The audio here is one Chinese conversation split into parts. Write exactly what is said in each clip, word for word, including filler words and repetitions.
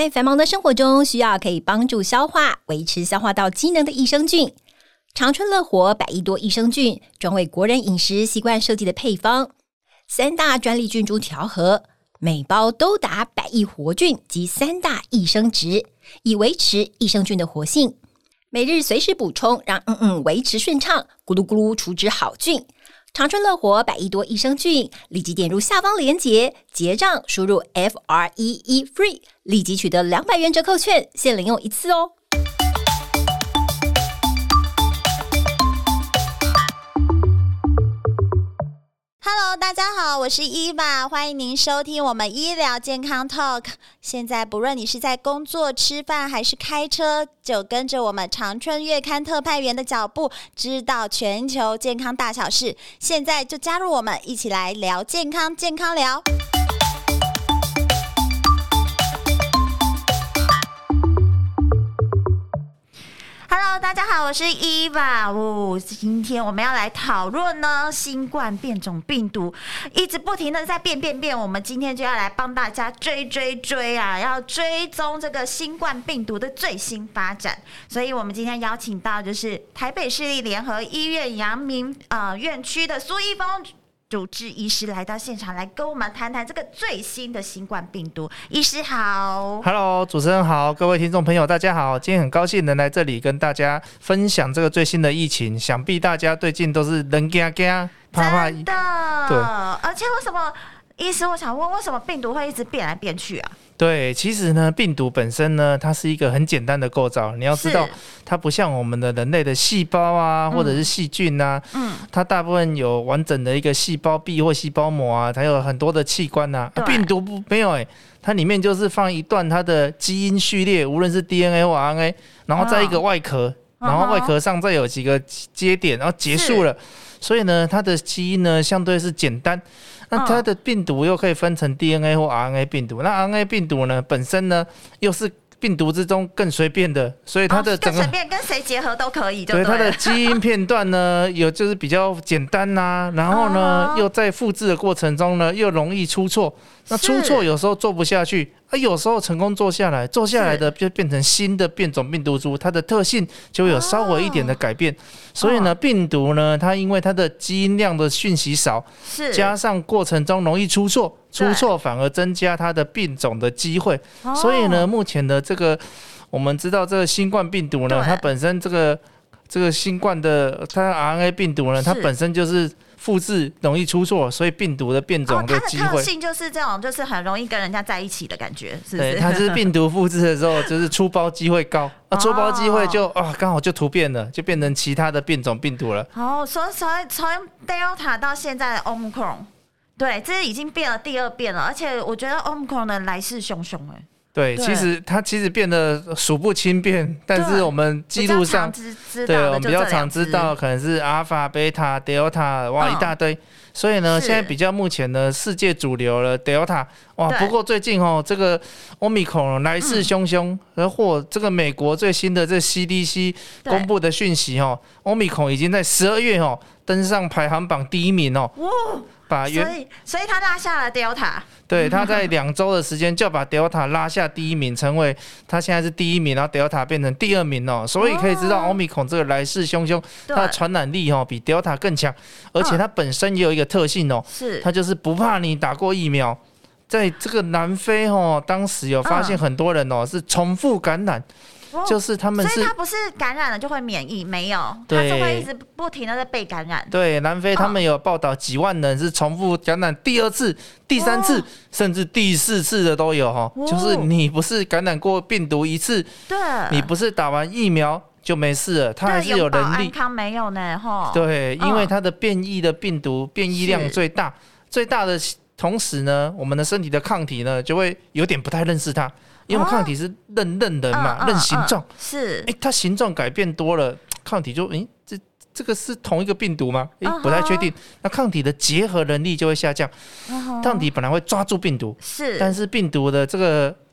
在繁忙的生活中，需要可以帮助消化、维持消化道机能的益生菌。长春乐活百亿多益生菌，专为国人饮食习惯设计的配方，三大专利菌株调和，每包都达百亿活菌及三大益生值，以维持益生菌的活性。每日随时补充，让嗯嗯维持顺畅，咕噜咕噜除脂好菌。长春乐活百亿多益生菌，立即点入下方链接结账，输入 F R E E FREE， 立即取得两百元折扣券，限领用一次哦。 Hello， 大家好，我是伊娃，欢迎您收听我们医疗健康 Talk。现在不论你是在工作、吃饭还是开车，就跟着我们长春月刊特派员的脚步，知道全球健康大小事。现在就加入我们，一起来聊健康，健康聊。Hello， 大家好，我是伊娃。哦，今天我们要来讨论呢，新冠变种病毒一直不停的在变变变，我们今天就要来帮大家追追追啊，要追踪这个新冠病毒的最新发展。所以我们今天邀请到就是台北市立联合医院阳明呃院区的苏一峰主治医师来到现场，来跟我们谈谈这个最新的新冠病毒。医师好。 Hello， 主持人好，各位听众朋友大家好，今天很高兴能来这里跟大家分享这个最新的疫情。想必大家最近都是人怕怕怕怕， 真的。对，而且为什么医师我想问，为什么病毒会一直变来变去啊？ 对，其实呢，病毒本身呢，它是一个很简单的构造。你要知道，它不像我们的人类的细胞啊，或者是细菌啊，嗯，它大部分有完整的一个细胞壁或细胞膜啊，它有很多的器官啊。啊病毒不没有哎、欸，它里面就是放一段它的基因序列，无论是 D N A 或 R N A， 然后在一个外壳，哦、然后外壳上再有几个接点，然后结束了。所以呢，它的基因呢相对是简单。那它的病毒又可以分成 D N A 或 R N A 病毒，那 R N A 病毒呢本身呢又是病毒之中更随便的，所以它的整个、 哦、更随便，跟谁结合都可以就对了。 对，它的基因片段呢有就是比较简单呐、啊，然后呢、哦、又在复制的过程中呢又容易出错，那出错有时候做不下去。啊、有时候成功做下来，做下来的就变成新的变种病毒株，它的特性就会有稍微一点的改变。哦、所以呢，病毒呢，它因为它的基因量的讯息少，加上过程中容易出错，出错反而增加它的变种的机会。所以呢，目前的这个我们知道，这个新冠病毒呢，它本身这个这个新冠的它的 R N A 病毒呢，它本身就是复制容易出错，所以病毒的变种的机会、哦、 它的特性就是这种，就是很容易跟人家在一起的感觉，是不是？ 对，它就是病毒复制的时候，就是出包机会高，那、哦啊、出包机会就啊刚好就突变了，就变成其他的变种病毒了。 哦，所以从 Delta 到现在的 Omicron， 对，这已经变了第二变了，而且我觉得 Omicron 的来势汹汹哎。 对，其实它其实变得数不清变，但是我们记录上，对，我们比较常知道可能是阿尔法、贝塔、德尔塔，哇，一大堆。所以呢，现在比较目前的世界主流了 Delta， 哇，不过最近哦，这个 Omicron 来势汹汹，而或这个美国最新的这 C D C 公布的讯息哦 ，Omicron 已经在十二月哦登上排行榜第一名哦。 哇！所以，所以他拉下了 Delta， 对，他在两周的时间就把 Delta 拉下第一名，成为他现在是第一名，然后 Delta 变成第二名哦。所以可以知道 Omicron 这个来势汹汹，它的传染力哦比 Delta 更强，而且它本身也有一个特性哦，是它就是不怕你打过疫苗。在这个南非哦，当时有发现很多人哦是重复感染。就是他们是， 所以他不是感染了就会免疫，没有，他是会一直不停的在被感染。 对，南非他们有报道几万人是重复感染第二次、第三次，甚至第四次的都有哈。就是你不是感染过病毒一次，对，你不是打完疫苗就没事了，它还是有能力。 安康没有呢，哈。 对，因为它的变异的病毒变异量最大，最大的同时呢，我们的身体的抗体呢就会有点不太认识它。因为抗体是认认人嘛，哦、认形状、嗯嗯、是，哎，它形状改变多了，抗体就哎，这这个是同一个病毒吗？哎，不太确定。那抗体的结合能力就会下降，抗体本来会抓住病毒，是，但是病毒的这个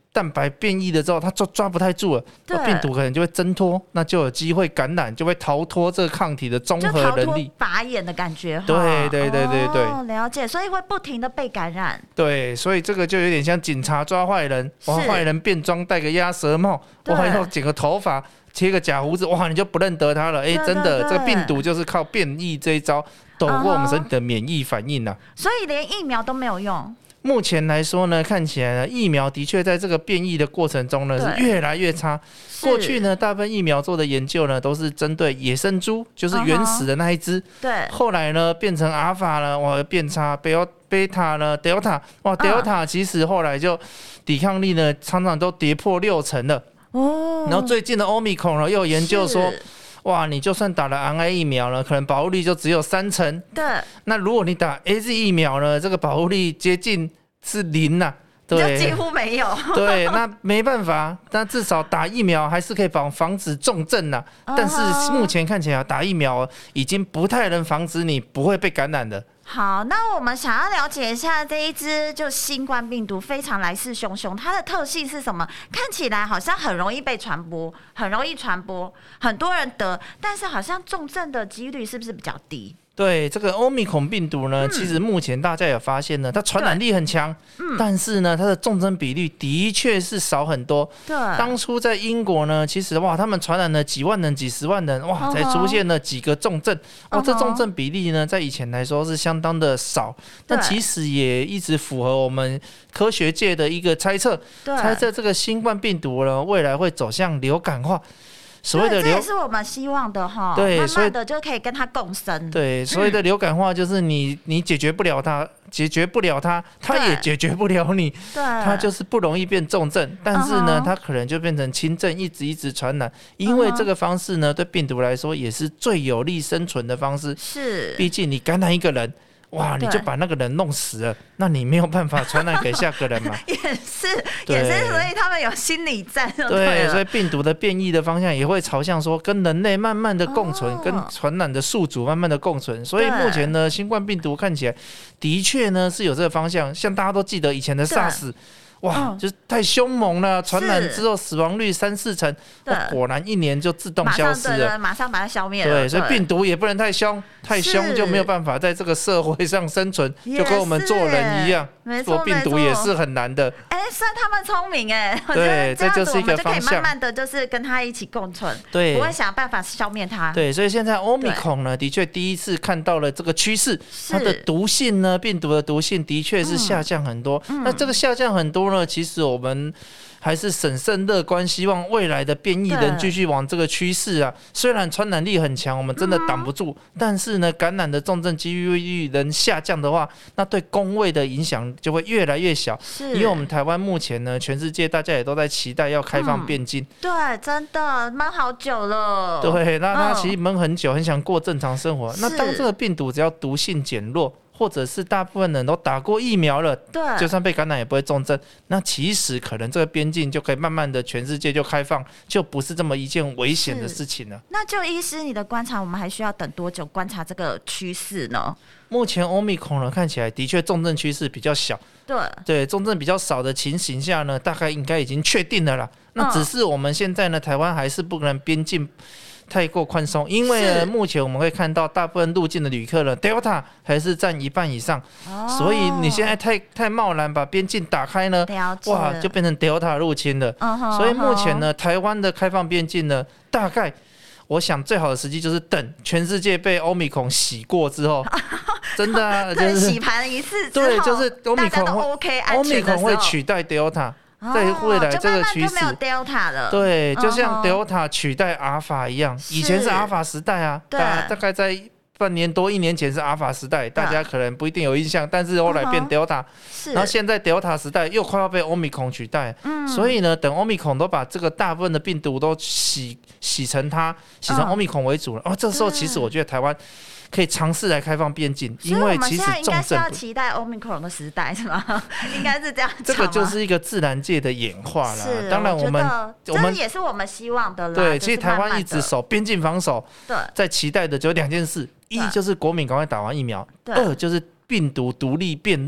蛋白变异了之后，它就抓不太住了，病毒可能就会挣脱，那就有机会感染，就会逃脱这个抗体的综合能力， 拔眼的感觉。 对对对对对、 哦，了解，所以会不停的被感染。 对，所以这个就有点像警察抓坏人，哇，坏人变装戴个鸭舌帽，哇，要剪个头发。贴个假胡子，哇，你就不认得他了。哎、欸，真的，这个病毒就是靠变异这一招躲过我们身体的免疫反应啊。 所以连疫苗都没有用。 目前来说呢，看起来呢，疫苗的确在这个变异的过程中呢是越来越差。过去呢，大部分疫苗做的研究呢都是针对野生猪，就是原始的那一只。对、uh-huh。后来呢，变成阿尔法呢，哇，变差；贝塔呢 ，Delta， 哇 ，Delta 其实后来就抵抗力呢常常都跌破六成了。哦，然后最近的 Omicron 呢，又有研究说，哇，你就算打了 R N A 疫苗了，可能保护力就只有三成。对，那如果你打 A Z 疫苗呢，这个保护力接近是零呐、啊，对， 就几乎没有。 对，那没办法，但至少打疫苗还是可以防防止重症呐、啊。但是目前看起来，打疫苗已经不太能防止你不会被感染的。 好，那我们想要了解一下这一支就新冠病毒非常来势汹汹，它的特性是什么？看起来好像很容易被传播，很容易传播，很多人得，但是好像重症的几率是不是比较低？ 对，这个欧米孔病毒呢、嗯，其实目前大家有发现呢，它传染力很强、嗯，但是呢，它的重症比率的确是少很多。对，当初在英国呢，其实哇，他们传染了几万人、几十万人，哇，才出现了几个重症，哇，这重症比例呢，在以前来说是相当的少。但其实也一直符合我们科学界的一个猜测，猜测这个新冠病毒呢，未来会走向流感化。所谓的流， 这也是我们希望的哈。对，慢慢的就可以跟它共生。 对，所谓的流感化就是你你解决不了它，解决不了它，它也解决不了你。对，它就是不容易变重症，但是呢， uh-huh. 它可能就变成轻症，一直一直传染。因为这个方式呢，对病毒来说也是最有利生存的方式。是，毕竟你感染一个人。哇！你就把那个人弄死了，那你没有办法传染给下个人嘛？ 也是，也是，所以他们有心理战。对， 对，所以病毒的变异的方向也会朝向说跟人类慢慢的共存，哦、跟传染的宿主慢慢的共存。所以目前呢，新冠病毒看起来的确呢是有这个方向。像大家都记得以前的 SARS。哇，就是太凶猛了，传染之后死亡率三四成，果然一年就自动消失了， 马上, 对对马上把它消灭了。 对，所以病毒也不能太凶，太凶就没有办法在这个社会上生存，就跟我们做人一样，做病毒也是很难的。 哎、欸，算他们聪明哎， 对，这就是一个方向，我们就可以慢慢的就是跟他一起共存， 对， 不会想办法消灭它。 对，所以现在 Omicron 呢，的确第一次看到了这个趋势，它的毒性呢，病毒的毒性的确是下降很多。嗯、那这个下降很多呢，其实我们还是审慎乐观，希望未来的变异人继续往这个趋势啊。虽然传染力很强，我们真的挡不住、嗯，但是呢，感染的重症几率能下降的话，那对公卫的影响就会越来越小。因为我们台湾目前呢，全世界大家也都在期待要开放边境、嗯。 对，真的闷好久了。 对，那他其实闷很久，很想过正常生活。那当这个病毒只要毒性减弱，或者是大部分人都打过疫苗了，对，就算被感染也不会重症。那其实可能这个边境就可以慢慢的全世界就开放，就不是这么一件危险的事情了。 那就医师你的观察，我们还需要等多久观察这个趋势呢？ 目前 Omicron 呢看起来的确重症趋势比较小，对对，重症比较少的情形下呢，大概应该已经确定了啦。那只是我们现在呢，台湾还是不能边境太过宽松，因为呢，目前我们会看到大部分入境的旅客呢 ，Delta 还是占一半以上，哦、所以你现在太太贸然把边境打开呢，哇，就变成 Delta 入侵了。Uh-huh, 所以目前呢， uh-huh. 台湾的开放边境呢，大概我想最好的时机就是等全世界被 Omicron 洗过之后，真的、啊、就是洗盘一次之后， 对，就是 Omicron 会 OK 安全的时候 Omicron 会取代 Delta。在未来这个趋势， 就慢慢就没有 Delta 了。 对，就像 Delta 取代阿尔法一样，以前是阿尔法时代啊，大大概在半年多一年前是阿尔法时代，大家可能不一定有印象，但是后来变 Delta，、嗯、然后现在 Delta 时代又快要被 Omicron 取代，嗯、所以呢，等 Omicron 都把这个大部分的病毒都洗洗成它，洗成 Omicron 为主了。嗯、哦，这时候其实我觉得台湾可以尝试来开放边境，因为其实重症， 应该是要期待 Omicron 的时代是吗？应该是这样讲吗？ 这个就是一个自然界的演化啦。当然我们我们这也是我们希望的啦。 对， 就是、 其实台湾一直守边境防守，对，在期待的只有两件事：一就是国民赶快打完疫苗，二就是病毒独立变弱。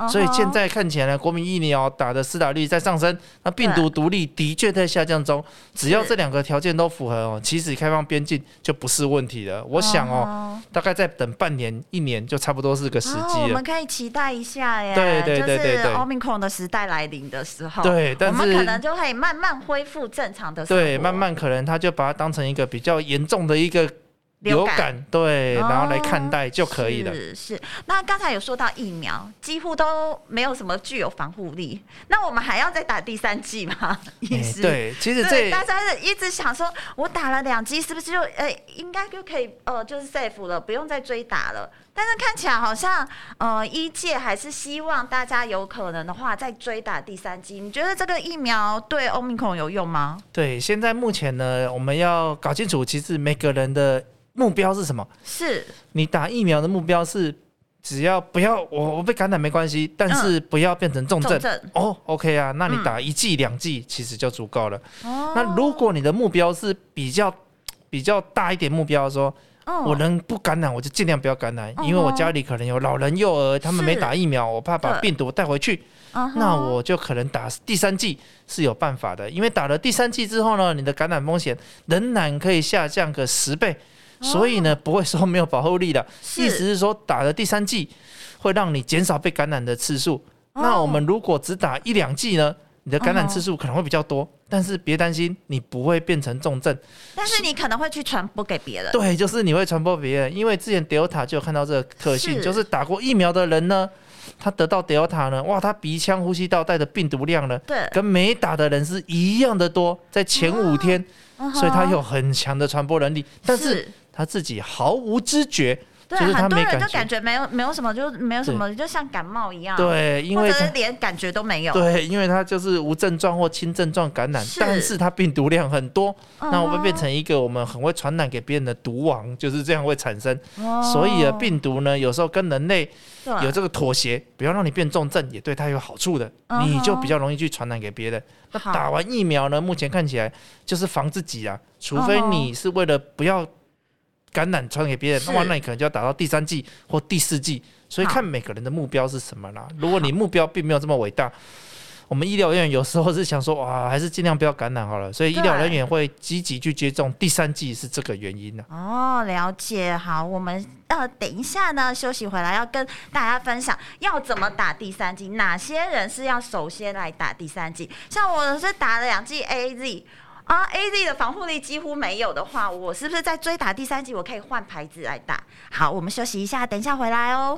Uh-huh. 所以现在看起来呢，国民疫苗打的施打率在上升，那病毒毒力的确在下降中。只要这两个条件都符合哦，其实开放边境就不是问题了。我想哦， uh-huh. 大概再等半年、一年就差不多是个时机了。 哦，我们可以期待一下耶！ 对对对对对， 就是 Omicron 的时代来临的时候， 对，但是我们可能就可以慢慢恢复正常的生活。 对，慢慢可能他就把它当成一个比较严重的一个流感，流感对、哦，然后来看待就可以了。 是是。那刚才有说到疫苗，几乎都没有什么具有防护力，那我们还要再打第三剂吗？医师、 欸、对，其实这大家一直想说，我打了两剂，是不是就呃应该就可以呃就是 safe 了，不用再追打了？但是看起来好像呃医界还是希望大家有可能的话再追打第三剂。你觉得这个疫苗对 Omicron 有用吗？ 对，现在目前呢，我们要搞清楚，其实每个人的目标是什么？ 是你打疫苗的目标是只要不要我我被感染没关系，但是不要变成重症。 重症哦 ，OK 啊，那你打一剂两剂其实就足够了。 哦， 那如果你的目标是比较比较大一点目标说。哦、我能不感染我就尽量不要感染、哦、因为我家里可能有老人幼儿，他们没打疫苗，我怕把病毒带回去，那我就可能打第三剂是有办法的。因为打了第三剂之后呢，你的感染风险仍然可以下降个十倍、哦、所以呢不会说没有保护力的。意思是说打了第三剂会让你减少被感染的次数、哦、那我们如果只打一两剂呢，你的感染次数可能会比较多、哦、但是别担心，你不会变成重症， 但是你可能会去传播给别人。 对，就是你会传播别人，因为之前 Delta 就有看到这个特性，是就是打过疫苗的人呢，他得到 Delta 呢，哇，他鼻腔、呼吸道带的病毒量呢， 对， 跟没打的人是一样的多，在前五天、哦，所以他有很强的传播能力，但是他自己毫无知觉。 对、 就是他没感觉， 很多人就感觉没有没有什么，就没有什么，就像感冒一样。 对，因为或者是连感觉都没有。 对，因为他就是无症状或轻症状感染，是但是他病毒量很多，嗯、那我会变成一个我们很会传染给别人的毒王，就是这样会产生。哦、所以啊，病毒呢，有时候跟人类有这个妥协，不要让你变重症，也对他有好处的，嗯、你就比较容易去传染给别人。那打完疫苗呢，目前看起来就是防自己啊，除非你是为了不要感染传给别人，那那你可能就要打到第三剂或第四剂，所以看每个人的目标是什么啦。如果你目标并没有这么伟大，我们医疗人员有时候是想说，哇，还是尽量不要感染好了，所以医疗人员会积极去接种第三剂，是这个原因呢。 哦，了解。好，我们呃等一下呢休息回来要跟大家分享要怎么打第三剂，哪些人是要首先来打第三剂。像我是打了两剂 A Z。啊 ，A Z 的防护力几乎没有的话，我是不是在追打第三剂，我可以换牌子来打？好，我们休息一下，等一下回来哦。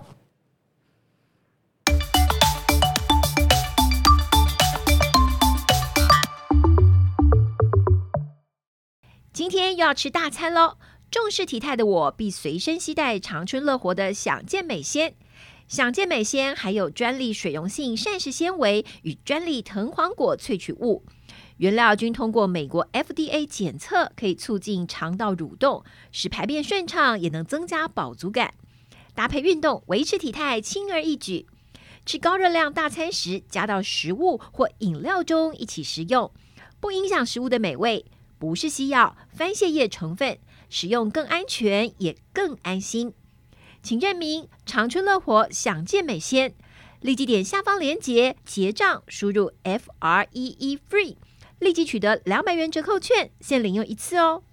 今天又要吃大餐喽！重视体态的我，必随身携带长春乐活的享健美鲜。享健美鲜含有专利水溶性膳食纤维与专利藤黄果萃取物。原料均通过美国 F D A 检测，可以促进肠道蠕动，使排便顺畅，也能增加饱足感。搭配运动，维持体态轻而易举。吃高热量大餐时，加到食物或饮料中一起食用，不影响食物的美味。不是西药，番泻叶成分，使用更安全，也更安心。请认明长春乐活享健美鲜，立即点下方链接结账，输入 F R E E FREE。立即取得两百元折扣券，限领用一次哦。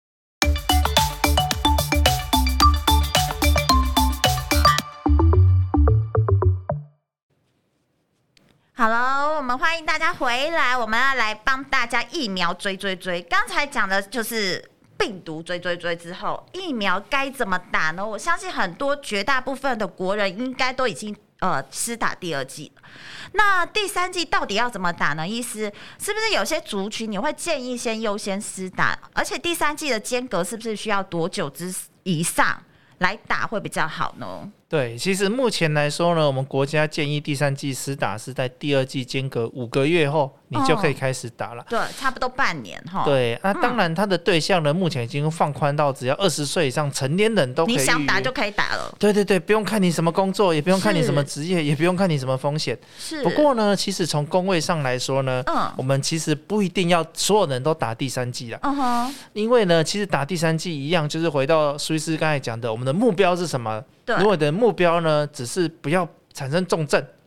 好了，我们欢迎大家回来，我们要来帮大家疫苗追追追。刚才讲的就是病毒追追追之后，疫苗该怎么打呢？我相信很多绝大部分的国人应该都已经呃施打第二剂了。那第三剂到底要怎么打呢？意思是不是有些族群你会建议先优先施打？而且第三剂的间隔是不是需要多久之以上来打会比较好呢？ 对，其实目前来说呢，我们国家建议第三剂施打是在第二剂间隔五个月后，你就可以开始打了。哦、 对，差不多半年哈。 对，那当然它的对象呢，目前已经放宽到只要二十岁以上成年人都可以， 你想打就可以打了。 对对对，不用看你什么工作，也不用看你什么职业，也不用看你什么风险。 是。 不过呢，其实从公卫上来说呢，嗯，我们其实不一定要所有人都打第三剂啦。嗯哼。因为呢，其实打第三剂一样，就是回到苏医师刚才讲的，我们的目标是什么？如果你的目标呢，只是不要产生重症，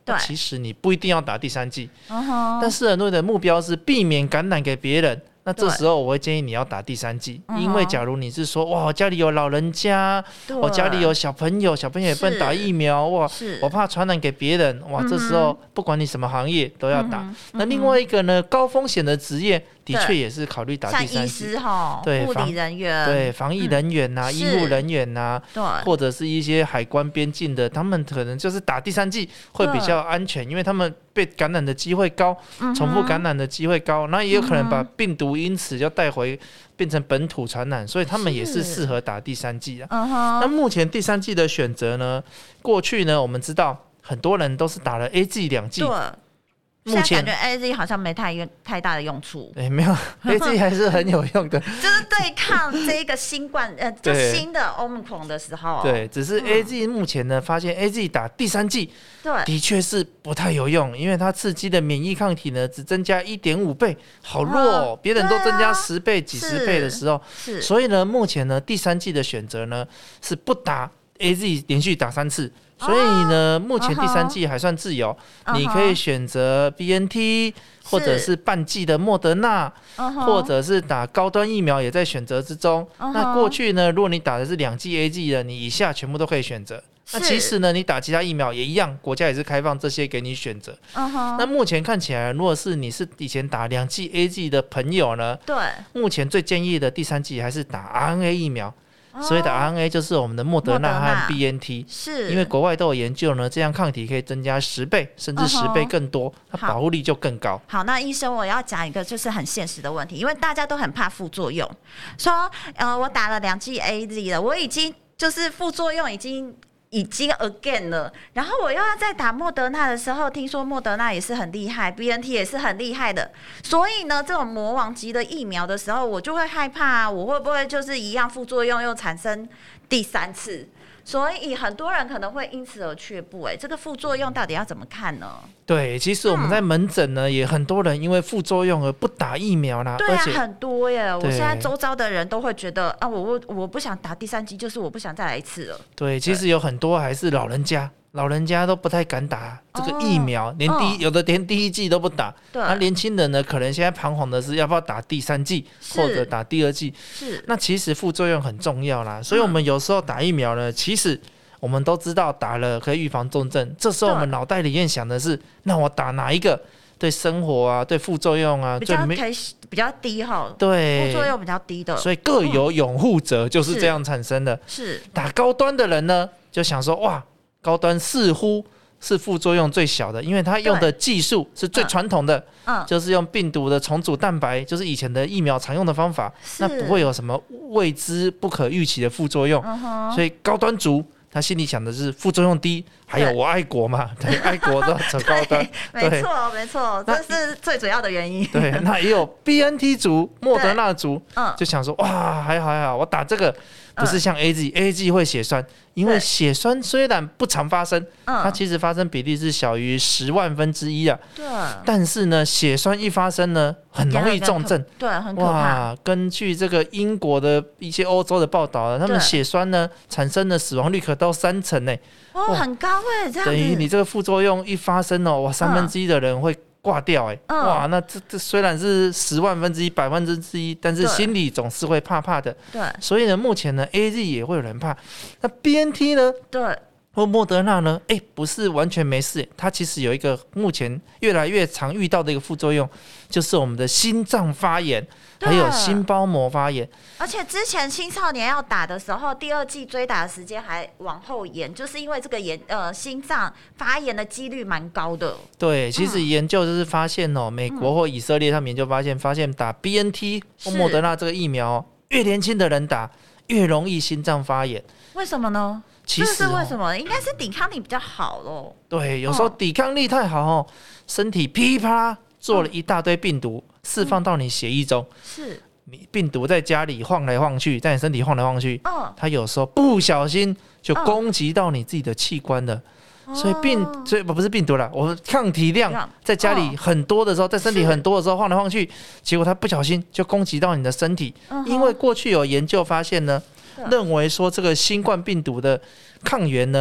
对， 其实你不一定要打第三剂， 嗯、 但是很多人的目标是避免感染给别人。那这时候我会建议你要打第三剂，因为假如你是说哇，我家里有老人家，我家里有小朋友，小朋友也不能打疫苗，哇，我怕传染给别人，哇，嗯、这时候不管你什么行业都要打。嗯、那另外一个呢，高风险的职业的确也是考虑打第三剂， 对，护理人员， 对，防疫人员呐、啊，嗯、医护人员呐、啊，对，或者是一些海关边境的，他们可能就是打第三剂会比较安全，因为他们被感染的机会高，嗯、重复感染的机会高，那也有可能把病毒因此就带回变成本土传染，所以他们也是适合打第三剂的。那目前第三剂的选择呢？过去呢，我们知道很多人都是打了 A Z 两剂。 目前感觉 A Z 好像没太太大的用处， 哎，没有 A Z 还是很有用的， 就是对抗这个新冠呃，就新的 Omicron 的时候， 对，只是 A Z 目前呢，发现 A Z 打第三剂，对，的确是不太有用，因为它刺激的免疫抗体呢只增加 一点五倍，好弱哦，别、哦、人都增加十倍、几十倍的时候，是，所以呢，目前呢第三剂的选择呢是不打 A Z 连续打三次。所以呢，目前第三剂还算自由， uh-huh. 你可以选择 B N T 或者是半剂的莫德纳， uh-huh. 或者是打高端疫苗也在选择之中。Uh-huh. 那过去呢，如果你打的是两剂 A Z 的，你以下全部都可以选择。那其实呢，你打其他疫苗也一样，国家也是开放这些给你选择。Uh-huh. 那目前看起来，如果是你是以前打两剂 A Z 的朋友呢，对，目前最建议的第三剂还是打 R N A 疫苗。所谓的 R N A 就是我们的莫德纳和 B N T， 是因为国外都有研究呢，这样抗体可以增加十倍甚至十倍更多，它保护力就更高。 好，那医生我要讲一个就是很现实的问题，因为大家都很怕副作用，说呃我打了两剂 A Z 了，我已经就是副作用已经。已经 again 了，然后我又要再打莫德纳的时候，听说莫德纳也是很厉害 ，B N T 也是很厉害的，所以呢，这种魔王级的疫苗的时候，我就会害怕、啊，我会不会就是一样副作用又产生第三次？所以很多人可能会因此而却步。哎，这个副作用到底要怎么看呢？ 对，其实我们在门诊呢，嗯、也很多人因为副作用而不打疫苗啦。 对啊， 而且很多耶！我现在周遭的人都会觉得啊，我我不想打第三剂，就是我不想再来一次了。 对，其实有很多还是老人家。老人家都不太敢打这个疫苗，哦、连第一、哦、有的连第一剂都不打。对，那年轻人呢，可能现在彷徨的是要不要打第三剂或者打第二剂。是，那其实副作用很重要啦，所以我们有时候打疫苗呢，其实我们都知道打了可以预防重症，这时候我们脑袋里面想的是，那我打哪一个对生活啊、对副作用啊， 比较可以比较低哈， 对， 副作用比较低的， 所以各有拥护者，就是这样产生的。是, 是打高端的人呢，就想说哇。高端似乎是副作用最小的，因为它用的技术是最传统的、嗯嗯，就是用病毒的重组蛋白，就是以前的疫苗常用的方法，那不会有什么未知不可预期的副作用，嗯、所以高端族他心里想的是副作用低，还有我爱国嘛，对，爱国都走高端， 没错没错，这是最主要的原因。 对，那也有 B N T 族、莫德纳族，嗯、就想说哇，还好还好，我打这个。不是像 A Z，A Z 会血栓，因为血栓虽然不常发生，它其实发生比例是小于十万分之一啊。对。但是呢，血栓一发生呢，很容易重症。 对，很可怕。哇， 根据这个英国的一些欧洲的报道，他们血栓呢产生的死亡率可到三成呢。 哦，很高哎，这样子。 等于你这个副作用一发生哦，哇，三分之一的人会。挂掉哎、欸嗯，哇，那这这虽然是十万分之一、百万分之一，但是心里总是会怕怕的。对，所以呢，目前呢 ，A Z 也会有人怕。那 B N T 呢？对，或莫德纳呢？哎、欸，不是完全没事、欸，它其实有一个目前越来越常遇到的一个副作用，就是我们的心脏发炎，还有心包膜发炎。 而且之前青少年要打的时候，第二剂追打的时间还往后延，就是因为这个炎呃心脏发炎的几率蛮高的。 对，其实研究就是发现哦，嗯、美国或以色列他们研究发现，发现打 B N T 或莫德纳这个疫苗，越年轻的人打越容易心脏发炎。 为什么呢？ 其实、哦、 这是为什么？应该是抵抗力比较好咯。 对，有时候抵抗力太好哦，身体噼啪啦做了一大堆病毒，嗯、释放到你血液中。是。你病毒在家里晃来晃去，在你身体晃来晃去，哦、它有时候不小心就攻击到你自己的器官了。哦、所以病，所以不是病毒啦，我抗体量在家里很多的时候，在身体很多的时候晃来晃去，结果它不小心就攻击到你的身体。嗯、因为过去有研究发现呢，认为说这个新冠病毒的抗原呢，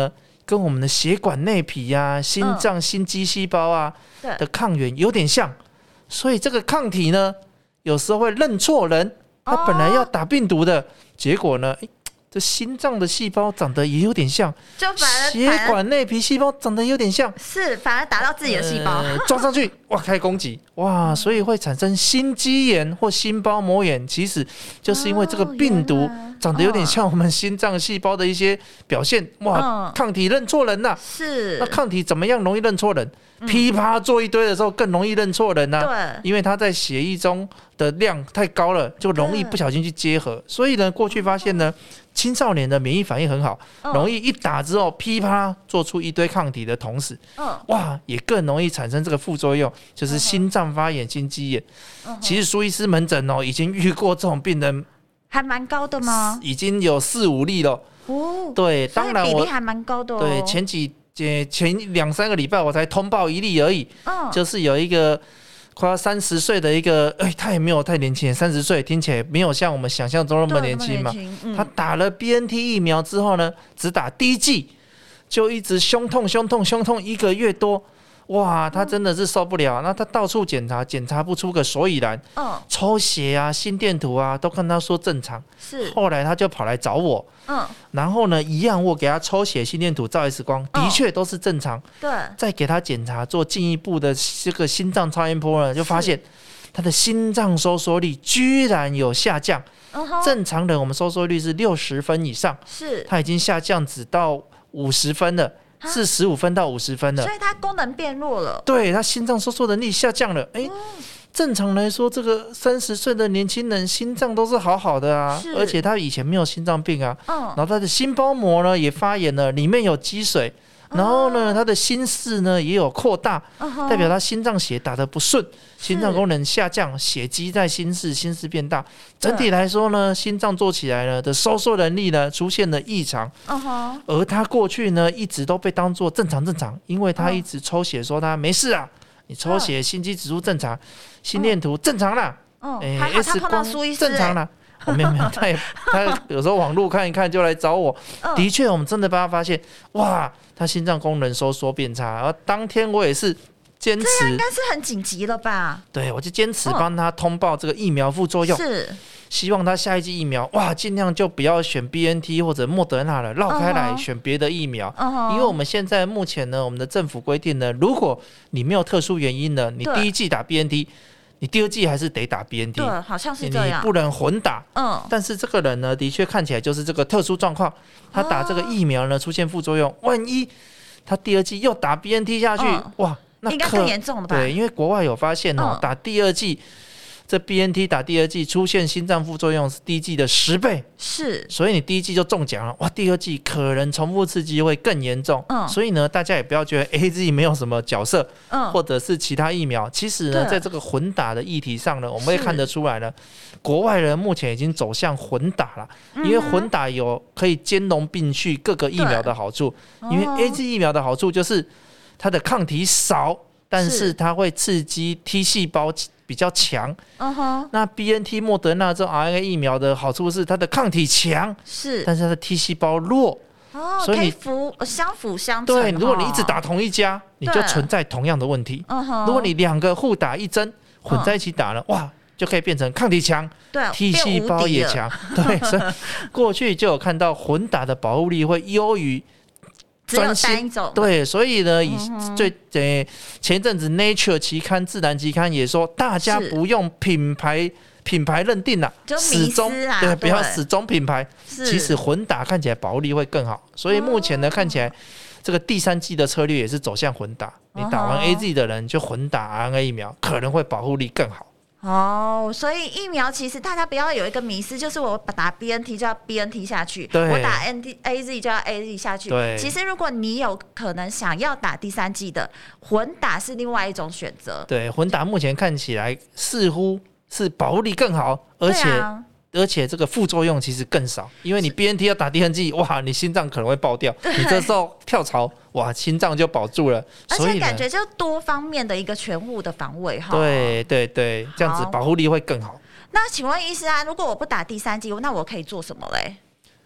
跟我们的血管内皮啊、心脏、嗯、心肌细胞啊的抗原有点像，所以这个抗体呢，有时候会认错人，他本来要打病毒的，哦、结果呢，这心脏的细胞长得也有点像， 就反而血管内皮细胞长得有点像， 是反而打到自己的细胞， 呃、撞上去，哇，开攻击，哇，所以会产生心肌炎或心包膜炎，其实就是因为这个病毒长得有点像我们心脏细胞的一些表现，哇，嗯、抗体认错人呐、啊， 是， 那抗体怎么样容易认错人？噼啪做一堆的时候更容易认错人啊， 对， 因为它在血液中的量太高了，就容易不小心去结合。所以呢，过去发现呢，青少年的免疫反应很好，嗯、容易一打之后噼啪做出一堆抗体的同时，嗯、哇，也更容易产生这个副作用，就是心脏发炎、心肌炎。嗯、其实苏医师门诊哦，已经遇过这种病人， 还蛮高的吗？ 已经有四五例了。哦，对，当然我比例还蛮高的哦。 对，前几。前两三个礼拜我才通报一例而已，嗯、就是有一个快要三十岁的一个，哎，他也没有太年轻，三十岁听起来没有像我们想象中那么年轻嘛。嗯、他打了 B N T 疫苗之后呢，只打第一剂就一直胸痛、胸痛、胸痛一个月多。哇，他真的是受不了，那他到处检查，检查不出个所以然，嗯、抽血啊、心电图啊，都跟他说正常。 是， 后来他就跑来找我，嗯、然后呢，一样我给他抽血、心电图、照 X 光，的确都是正常。 对， 再给他检查做进一步的这个心脏超音波呢，就发现他的心脏收缩率居然有下降。嗯、正常人我们收缩率是六十分以上，是，他已经下降只到五十分了。是十五分到五十分的， 所以它功能变弱了。 对，它心脏收缩能力下降了。哎、欸，嗯、正常来说，这个三十岁的年轻人心脏都是好好的啊，而且他以前没有心脏病啊。嗯、然后他的心包膜呢也发炎了，里面有积水。然后呢，他的心室呢也有扩大，哦、代表他心脏血打得不顺，心脏功能下降，血积在心室，心室变大。整体来说呢，心脏做起来呢的收缩能力呢出现了异常。哦、而他过去呢一直都被当作正常正常，因为他一直抽血说他没事啊，你抽血心肌指数正常，心电图正常啦， 哦欸、还好他碰到苏医师正常啦。哦、没有没有，他也他有时候网路看一看就来找我。嗯、的确，我们真的帮他发现，哇，他心脏功能收缩变差。然后当天我也是坚持， 这应该是很紧急了吧？ 对，我就坚持帮他通报这个疫苗副作用，是希望他下一剂疫苗，哇，尽量就不要选 B N T 或者莫德纳了，绕开来选别的疫苗。Uh-huh. 因为我们现在目前呢，我们的政府规定呢，如果你没有特殊原因呢，你第一剂打 B N T。你第二季还是得打 B N T， 对，好像是这样， 你不能混打。嗯，但是这个人呢，的确看起来就是这个特殊状况，他打这个疫苗呢出现副作用，万一他第二季又打 B N T 下去，嗯、哇，那应该更严重了吧？ 对，因为国外有发现哦，嗯、打第二季。这 B N T 打第二剂出现心脏副作用是第一剂的十倍， 是， 所以你第一剂就中奖了，哇，第二剂可能重复刺激会更严重。嗯，所以呢，大家也不要觉得 A Z 没有什么角色，嗯，或者是其他疫苗，其实呢，在这个混打的议题上呢，我们会看得出来呢，国外人目前已经走向混打了，因为混打有可以兼容并蓄各个疫苗的好处，因为 A Z 疫苗的好处就是它的抗体少，但是它会刺激 T 细胞比较强， uh-huh. 那 B N T 莫德纳这种 R N A 疫苗的好处是它的抗体强，是，但是它的 T 细胞弱， 哦，所以你辅相辅相成。 对，如果你一直打同一家，你就存在同样的问题。Uh-huh. 如果你两个互打一针，混在一起打了， uh-huh. 哇，就可以变成抗体强，对 ，T 细胞也强，对，所以过去就有看到混打的保护力会优于。 只有单一种， 对，所以呢，以最呃前一阵子 Nature 期刊、自然期刊也说，大家不用品牌品牌认定啦， 就迷思啦， 对，不要死忠品牌。其实混打看起来保护力会更好，所以目前呢，看起来这个第三季的策略也是走向混打。你打完 A Z 的人就混打 R N A 疫苗，可能会保护力更好。 哦，所以疫苗其实大家不要有一个迷思，就是我打 B N T 就要 B N T 下去，我打 A Z 就要 A Z 下去。其实如果你有可能想要打第三剂的，混打是另外一种选择。 对，混打目前看起来似乎是保护力更好，而且、啊、而且这个副作用其实更少，因为你 B N T 要打第三剂，哇，你心脏可能会爆掉，你这时候跳槽。哇，心脏就保住了， 而且感觉就多方面的一个全户的防卫哈。 对对对，这样子保护力会更好。 那请问医师啊，如果我不打第三剂，那我可以做什么嘞？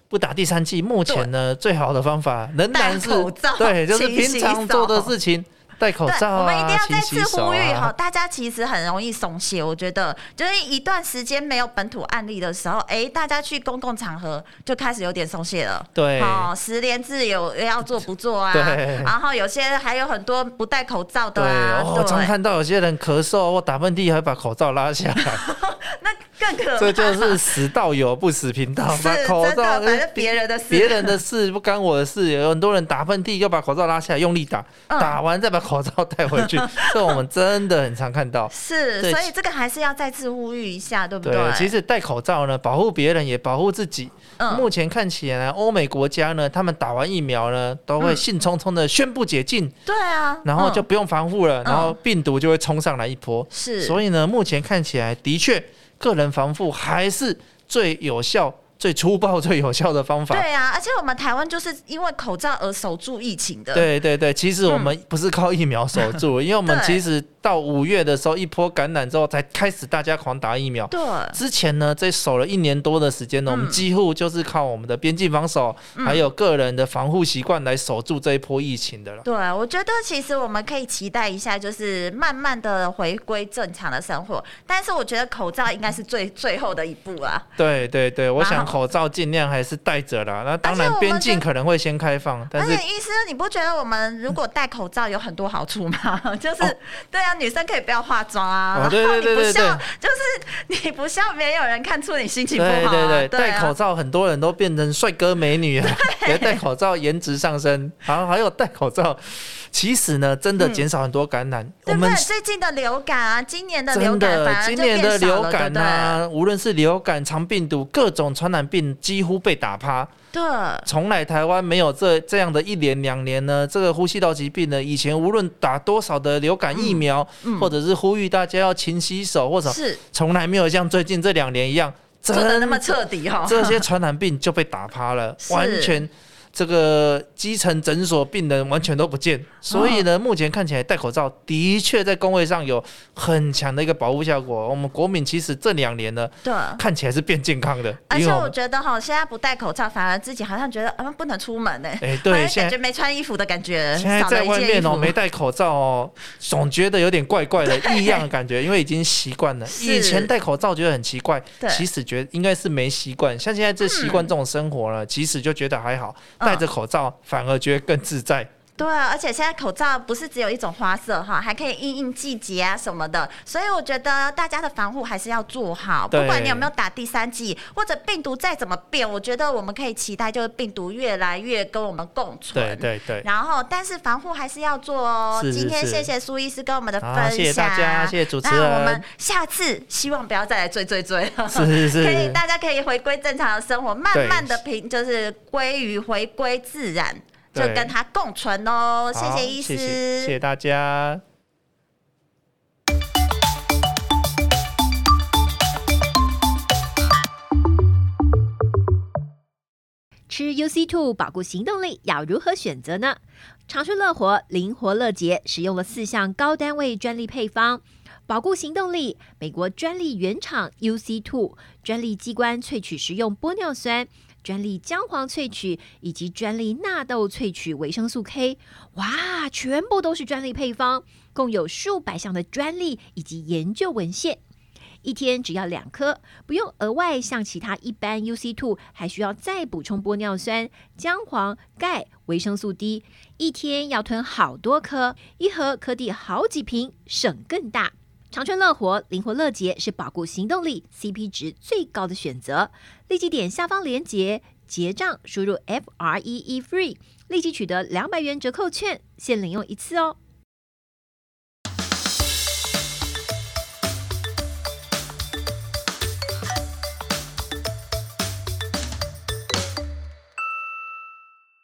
不打第三剂，目前呢最好的方法仍然是戴口罩对，就是平勤洗常做的手事情。戴口罩啊， 我们一定要再次勤洗手呼吁哈， 啊。 大家其实很容易松懈。我觉得，就是一段时间没有本土案例的时候，哎、欸，大家去公共场合就开始有点松懈了。 对， 哦，实联制有要做不做啊？ 对。 然后有些还有很多不戴口罩的啊。 对，我、哦、常看到有些人咳嗽或打喷嚏，还把口罩拉下来。 那更可怕。 这就是死道友不死贫道，把口罩， 反正别人的事， 别人的事不干我的事。有很多人打喷嚏，又把口罩拉下来，用力打，嗯、打完再把口罩带回去。这我们真的很常看到。 是，所以这个还是要再次呼吁一下，对不对？ 对，其实戴口罩呢，保护别人也保护自己。嗯、目前看起来，欧美国家呢，他们打完疫苗呢，都会兴冲冲的宣布解禁。嗯、 对啊， 然后就不用防护了， 嗯、 然后病毒就会冲上来一波。 是， 所以呢，目前看起来的确。个人防护还是最有效、最粗暴、最有效的方法。 对啊，而且我们台湾就是因为口罩而守住疫情的。 对对对，其实我们不是靠疫苗守住，嗯、因为我们其实到五月的时候一波感染之后，才开始大家狂打疫苗。 对， 之前呢，这守了一年多的时间呢，嗯、我们几乎就是靠我们的边境防守，嗯、还有个人的防护习惯来守住这一波疫情的了。 对，我觉得其实我们可以期待一下，就是慢慢的回归正常的生活。但是我觉得口罩应该是最最后的一步啊。 对对对，我想口罩尽量还是戴着啦。那当然边境可能会先开放，但是而且医师，你不觉得我们如果戴口罩有很多好处吗？就是、哦、对啊。女生可以不要化妆啊， 哦、对对对对对， 你不笑就是你不笑，没有人看出你心情不好、啊。 对对对， 对啊、 戴口罩很多人都变成帅哥美女啊，戴口罩颜值上升。然后还有戴口罩，其实呢，真的减少很多感染。嗯、 对不对？最近的流感啊，今年的流感反而就变少了， 今年的流感啊， 对对， 无论是流感、肠病毒，各种传染病几乎被打趴。 对， 从来台湾没有这这样的一年两年呢，这个呼吸道疾病呢，以前无论打多少的流感疫苗，嗯嗯、或者是呼吁大家要勤洗手，或者是从来没有像最近这两年一样做的那么彻底哦， 这些传染病就被打趴了，完全。这个基层诊所病人完全都不见，所以呢，哦、目前看起来戴口罩的确在公卫上有很强的一个保护效果。我们国民其实这两年呢， 对， 看起来是变健康的。 而且我觉得哈，现在不戴口罩，反而自己好像觉得啊不能出门呢、欸。 哎，对， 感觉没穿衣服的感觉。 现在在外面哦，没戴口罩哦，总觉得有点怪怪的异样的感觉，因为已经习惯了。以前戴口罩觉得很奇怪，其实觉得应该是没习惯。像现在这习惯这种生活了，嗯、其实就觉得还好。戴着口罩反而觉得更自在。 对啊，而且现在口罩不是只有一种花色哈，还可以因应季节啊什么的，所以我觉得大家的防护还是要做好。不管你有没有打第三剂，或者病毒再怎么变，我觉得我们可以期待就是病毒越来越跟我们共存。 对对对。 然后，但是防护还是要做哦。 是是是， 今天谢谢苏医师跟我们的分享， 啊、谢谢大家，谢谢主持人。 那我们下次希望不要再来追追追了， 是是是， 可以大家可以回归正常的生活，慢慢的平就是归于回归自然。就跟他共存哦，谢谢医师， 谢谢，谢谢大家。 吃 U C 二 保护行动力要如何选择呢？长春乐活灵活乐捷使用了四项高单位专利配方，保护行动力，美国专利原厂 U C 二 专利机关萃取食用玻尿酸。专利姜黄萃取以及专利纳豆萃取维生素 K， 哇，全部都是专利配方，共有数百项的专利以及研究文献。一天只要两颗，不用额外像其他一般 U C 二 还需要再补充玻尿酸、姜黄、钙、维生素 D， 一天要吞好多颗，一盒可抵好几瓶，省更大。长春乐活灵活乐捷是保固行动力 C P 值最高的选择，立即点下方连结结账，输入 F R E E FREE， 立即取得两百元折扣券，限领用一次哦。